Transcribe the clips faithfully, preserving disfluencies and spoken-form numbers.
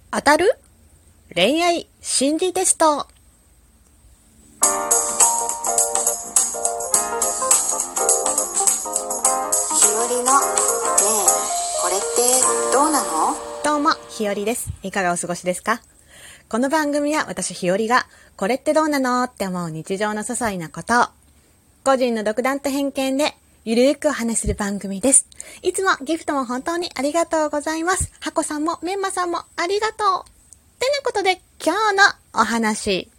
当たる恋愛心理テスト。 しおりのねえこれってどうなの？ どうも、ひよりです。いかがお過ごしですか？この番組は私ひよりがこれってどうなのって思う日常の些細なことを個人の独断と偏見でゆるーくお話しする番組です。いつもギフトも本当にありがとうございます。はこさんもメンマさんもありがとう。てなことで今日のお話。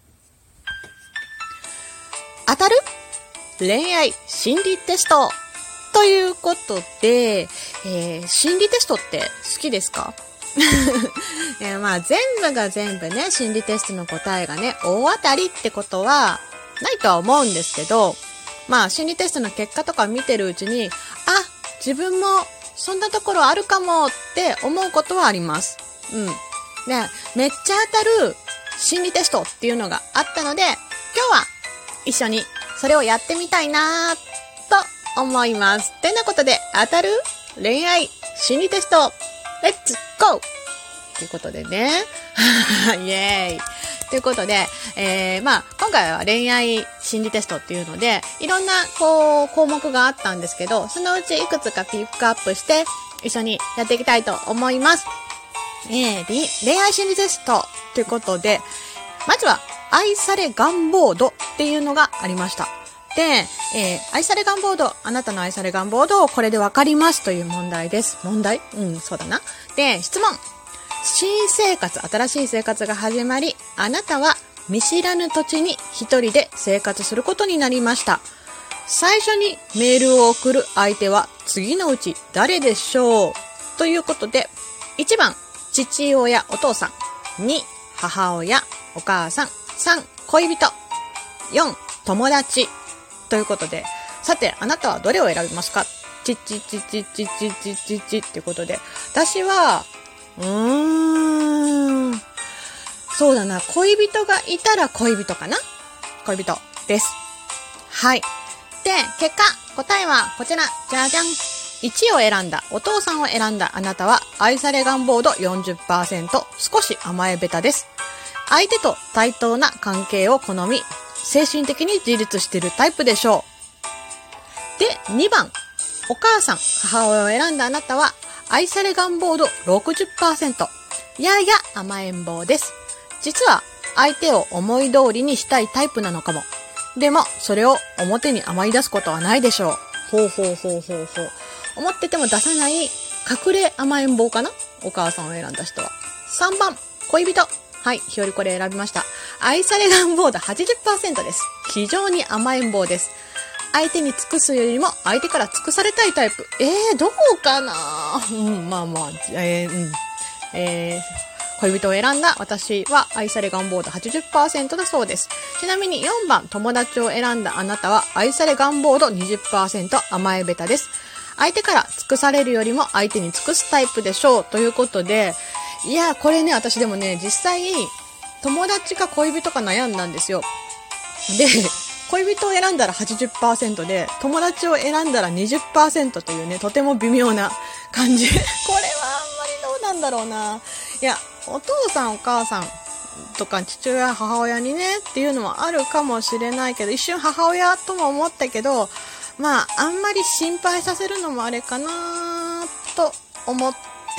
当たる恋愛心理テストということで、えー、心理テストって好きですか？えー、まあ全部が全部ね、心理テストの答えがね、大当たりってことはないとは思うんですけど、まあ心理テストの結果とか見てるうちに、あ、自分もそんなところあるかもって思うことはあります。うん。ね、めっちゃ当たる心理テストっていうのがあったので、今日は一緒にそれをやってみたいなと思います。てなことで、当たる恋愛心理テストレッツゴーということでねイエーイということで、えー、まあ今回は恋愛心理テストっていうのでいろんなこう項目があったんですけど、そのうちいくつかピックアップして一緒にやっていきたいと思います。えー、恋愛心理テストということで、まずは愛され願望度っていうのがありました。で、えー、愛され願望度、あなたの愛され願望度をこれでわかりますという問題です。問題？うん、そうだな。で、質問。新生活、新しい生活が始まり、あなたは見知らぬ土地に一人で生活することになりました。最初にメールを送る相手は次のうち誰でしょう？ということで、いちばん、父親、お父さん。に、母親、お母さん。さん、恋人。よん、友達。ということで、さて、あなたはどれを選びますか？ちちちちちちちちちっていうことで、私は、うーん、そうだな、恋人がいたら恋人かな？恋人です。はい。で、結果、答えはこちら、じゃじゃん。いちを選んだ、お父さんを選んだあなたは、愛され願望度 よんじゅっパーセント、少し甘えべたです。相手と対等な関係を好み、精神的に自立しているタイプでしょう。で、にばん、お母さん、母親を選んだあなたは、愛され願望度 ろくじゅっパーセント、やや甘えん坊です。実は、相手を思い通りにしたいタイプなのかも。でも、それを表に甘い出すことはないでしょう。ほうほうほうほうほう。思ってても出さない、隠れ甘えん坊かな？お母さんを選んだ人は。さんばん、恋人。はい、ひよりこれ選びました。愛され願望度 はちじゅっパーセント です。非常に甘えん坊です。相手に尽くすよりも相手から尽くされたいタイプ。えー、どうかな？うん、まあまあ、えー、うん。えー、恋人を選んだ私は愛され願望度 はちじゅっパーセント だそうです。ちなみによんばん、友達を選んだあなたは愛され願望度 にじゅっパーセント、甘えべたです。相手から尽くされるよりも相手に尽くすタイプでしょう。ということで、いや、これね、私でもね、実際、友達か恋人か悩んだんですよ。で、恋人を選んだら はちじゅっパーセント で、友達を選んだら にじゅっパーセント というね、とても微妙な感じ。これはあんまりどうなんだろうな。いや、お父さんお母さんとか父親母親にね、っていうのはあるかもしれないけど、一瞬母親とも思ったけど、まあ、あんまり心配させるのもあれかなと思って、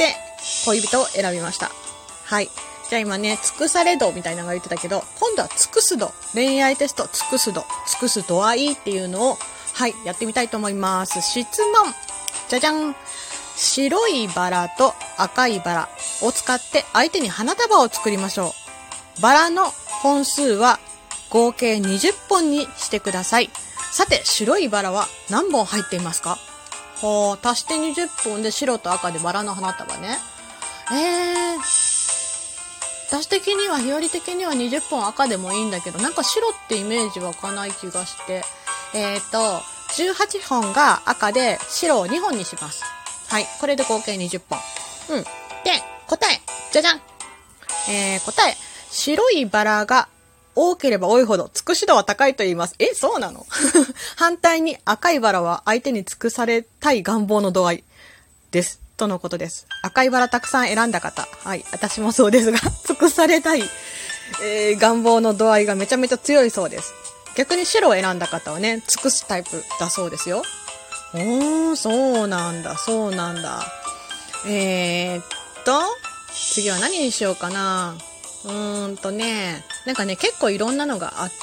恋人を選びました。はい。じゃあ今ね、尽くされ度みたいなのが言ってたけど、今度は尽くす度。恋愛テスト、尽くす度。尽くす度合いっていうのを、はい、やってみたいと思います。質問。じゃじゃん。白いバラと赤いバラを使って相手に花束を作りましょう。バラの本数は合計にじゅっぽんにしてください。さて、白いバラは何本入っていますか？ほう、足してにじゅっぽんで白と赤でバラの花束ね。えー、私的には、日和的にはにじゅっぽん赤でもいいんだけど、なんか白ってイメージ湧かない気がして、えーと、じゅうはっぽんが赤で白をにほんにします。はい、これで合計にじゅっぽん。うん。で、答え、じゃじゃん。えー、答え、白いバラが多ければ多いほど尽くし度は高いと言います。え、そうなの？反対に赤いバラは相手に尽くされたい願望の度合いです。 とのことです。赤いバラたくさん選んだ方。はい。私もそうですが、尽くされたい、えー、願望の度合いがめちゃめちゃ強いそうです。逆に白を選んだ方はね、尽くすタイプだそうですよ。おー、そうなんだ、そうなんだ。えーっと、次は何にしようかな。うーんとね、なんかね、結構いろんなのがあって、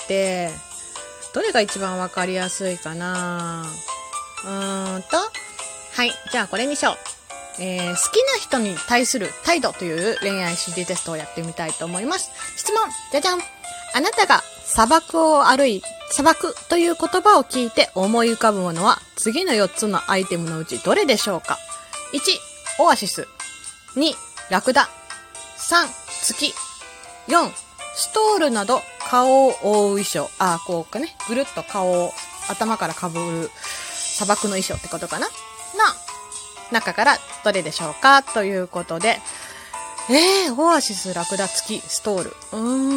どれが一番わかりやすいかな。うーんと、はい、じゃあこれにしよう。えー、好きな人に対する態度という恋愛心理テストをやってみたいと思います。質問、じゃじゃん。あなたが砂漠を歩い、砂漠という言葉を聞いて思い浮かぶものは次のよっつのアイテムのうちどれでしょうか。いち、オアシス。に、ラクダ。さん、月。よん、ストールなど顔を覆う衣装。あ、こうかね、ぐるっと顔を頭からかぶる砂漠の衣装ってことかな。の中からどれでしょうかということで、えー、オアシス、ラクダ、月、ストール。うー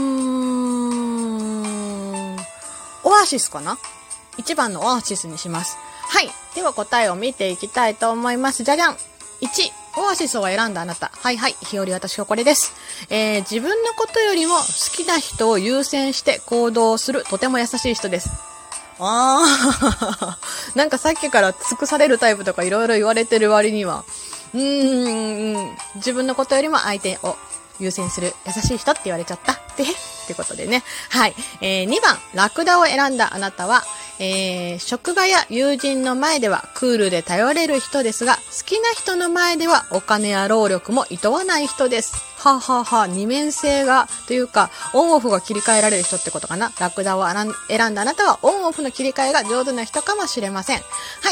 ん。オアシスかな？ いち 番のオアシスにします。はい。では答えを見ていきたいと思います。じゃじゃん。いち、オアシスを選んだあなた。はいはい。日和私はこれです。えー、自分のことよりも好きな人を優先して行動するとても優しい人です。あー。なんかさっきから尽くされるタイプとかいろいろ言われてる割には、うーん、自分のことよりも相手を優先する優しい人って言われちゃった。で、ってことでね。はい。えー、にばん、ラクダを選んだあなたは、えー、職場や友人の前ではクールで頼れる人ですが、好きな人の前ではお金や労力も厭わない人です。はあ、はあはあ、二面性が、というか、オンオフが切り替えられる人ってことかな。ラクダを選んだあなたはオンオフの切り替えが上手な人かもしれません。はい。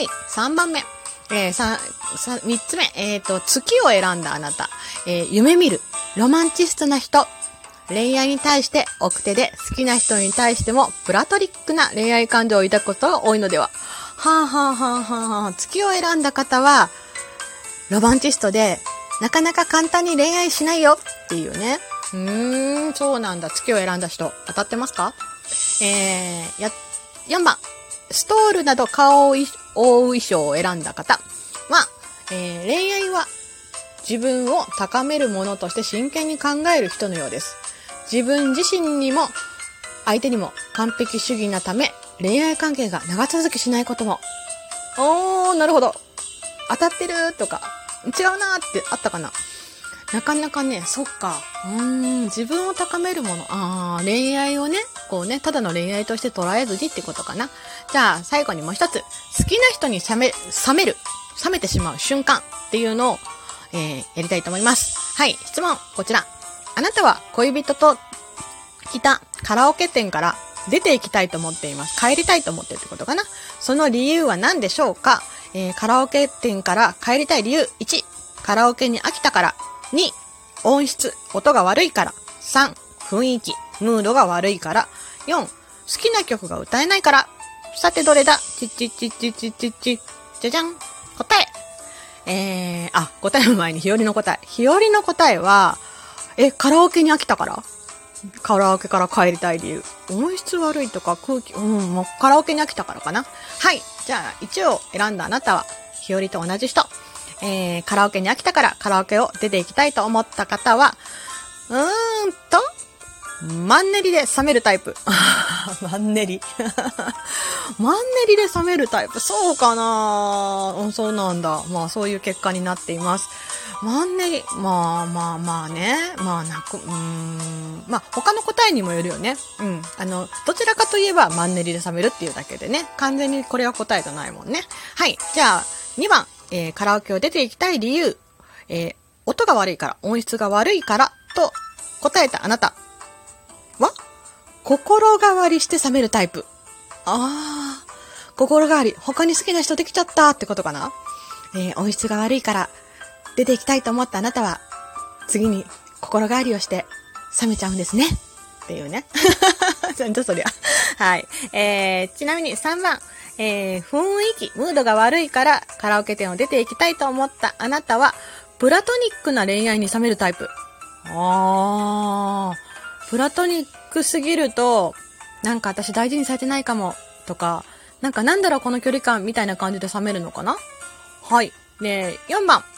さんばんめ。えー、さ、さ、三つ目。えっと、月を選んだあなた。えー、夢見る。ロマンチストな人。恋愛に対して奥手で好きな人に対してもプラトリックな恋愛感情を抱くことが多いのでは。はあはあはあはあはあ。月を選んだ方は、ロマンチストで、なかなか簡単に恋愛しないよっていうね。うーん、そうなんだ。月を選んだ人、当たってますか？えー、や、よんばん。ストールなど顔を覆う衣装を選んだ方は、えー、恋愛は自分を高めるものとして真剣に考える人のようです。自分自身にも相手にも完璧主義なため、恋愛関係が長続きしないことも。おー、なるほど。当たってるとか、違うなーってあったかな。なかなかね、そっか。うーん、自分を高めるもの。あー、恋愛をね、こうね、ただの恋愛として捉えずにってことかな。じゃあ、最後にもう一つ。好きな人に冷め、冷める、冷めてしまう瞬間っていうのを、えー、やりたいと思います。はい、質問、こちら。あなたは恋人と来たカラオケ店から出て行きたいと思っています。帰りたいと思ってるってことかな。その理由は何でしょうか？えー、カラオケ店から帰りたい理由。いち、カラオケに飽きたから。に、音質、音が悪いから。さん、雰囲気、ムードが悪いから。よん、好きな曲が歌えないから。さてどれだ？ちっちっちっちっちっちっち。じゃじゃん。答え。えー、あ、答えの前に日和の答え。日和の答えは、え、カラオケに飽きたから？カラオケから帰りたい理由。音質悪いとか空気、うん、もうカラオケに飽きたからかな。はい。じゃあ、いちを選んだあなたは、日和と同じ人。えー、カラオケに飽きたからカラオケを出ていきたいと思った方は、うーんと、マンネリで冷めるタイプ。マンネリ。マンネリで冷めるタイプ。そうかな、うん、そうなんだ。まあそういう結果になっています。マンネリ。まあまあまあね。まあなく、うーん。まあ他の答えにもよるよね。うん。あの、どちらかといえばマンネリで冷めるっていうだけでね。完全にこれは答えじゃないもんね。はい。じゃあ、にばん。えー、カラオケを出ていきたい理由。えー、音が悪いから、音質が悪いからと答えたあなたは、心変わりして冷めるタイプ。あー、心変わり。他に好きな人できちゃったってことかな。えー、音質が悪いから出ていきたいと思ったあなたは、次に心変わりをして冷めちゃうんですね。っていうね。なんだそりゃ。はい。えー、ちなみにさんばん。えー、雰囲気、ムードが悪いからカラオケ店を出ていきたいと思ったあなたは、プラトニックな恋愛に冷めるタイプ。あー、プラトニックすぎると、なんか私大事にされてないかも、とか、なんかなんだろうこの距離感みたいな感じで冷めるのかな。はい。で、よんばん。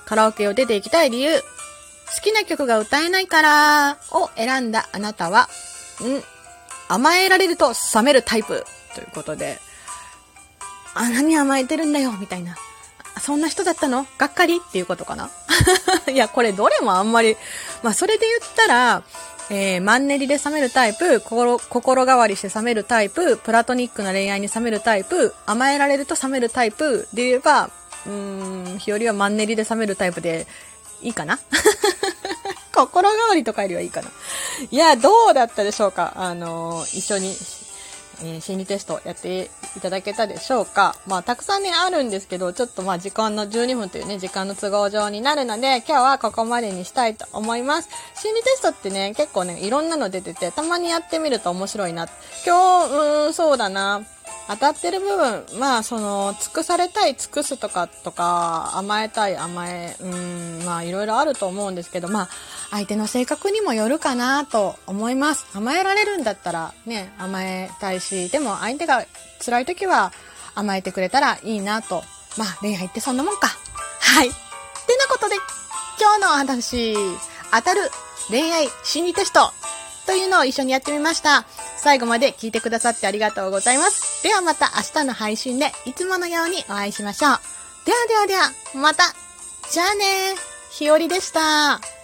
カラオケを出て行きたい理由、好きな曲が歌えないからを選んだあなたは、ん甘えられると冷めるタイプということで、あ、何甘えてるんだよみたいな、そんな人だったのがっかりっていうことかないや、これどれもあんまり、まあそれで言ったら、えー、マンネリで冷めるタイプ、心、心変わりして冷めるタイプ、プラトニックな恋愛に冷めるタイプ、甘えられると冷めるタイプで言えば、うーん、日和はマンネリで冷めるタイプでいいかな心変わりとかよりはいいかな。いや、どうだったでしょうか。あのー、一緒に、えー、心理テストやっていただけたでしょうか。まあ、たくさんね、あるんですけど、ちょっとまあ、時間のじゅうにふんというね、時間の都合上になるので、今日はここまでにしたいと思います。心理テストってね、結構ね、いろんなの出てて、たまにやってみると面白いな。今日、うーん、そうだな。当たってる部分、まあ、その、尽くされたい、尽くすとか、とか、甘えたい、甘え、うーん、まあ、いろいろあると思うんですけど、まあ、相手の性格にもよるかなと思います。甘えられるんだったら、ね、甘えたいし、でも相手が辛い時は甘えてくれたらいいなと。まあ、恋愛ってそんなもんか。はい。ってなことで、今日のお話、当たる恋愛心理テストというのを一緒にやってみました。最後まで聞いてくださってありがとうございます。ではまた明日の配信でいつものようにお会いしましょう。ではではでは、また。じゃあね。ひよりでした。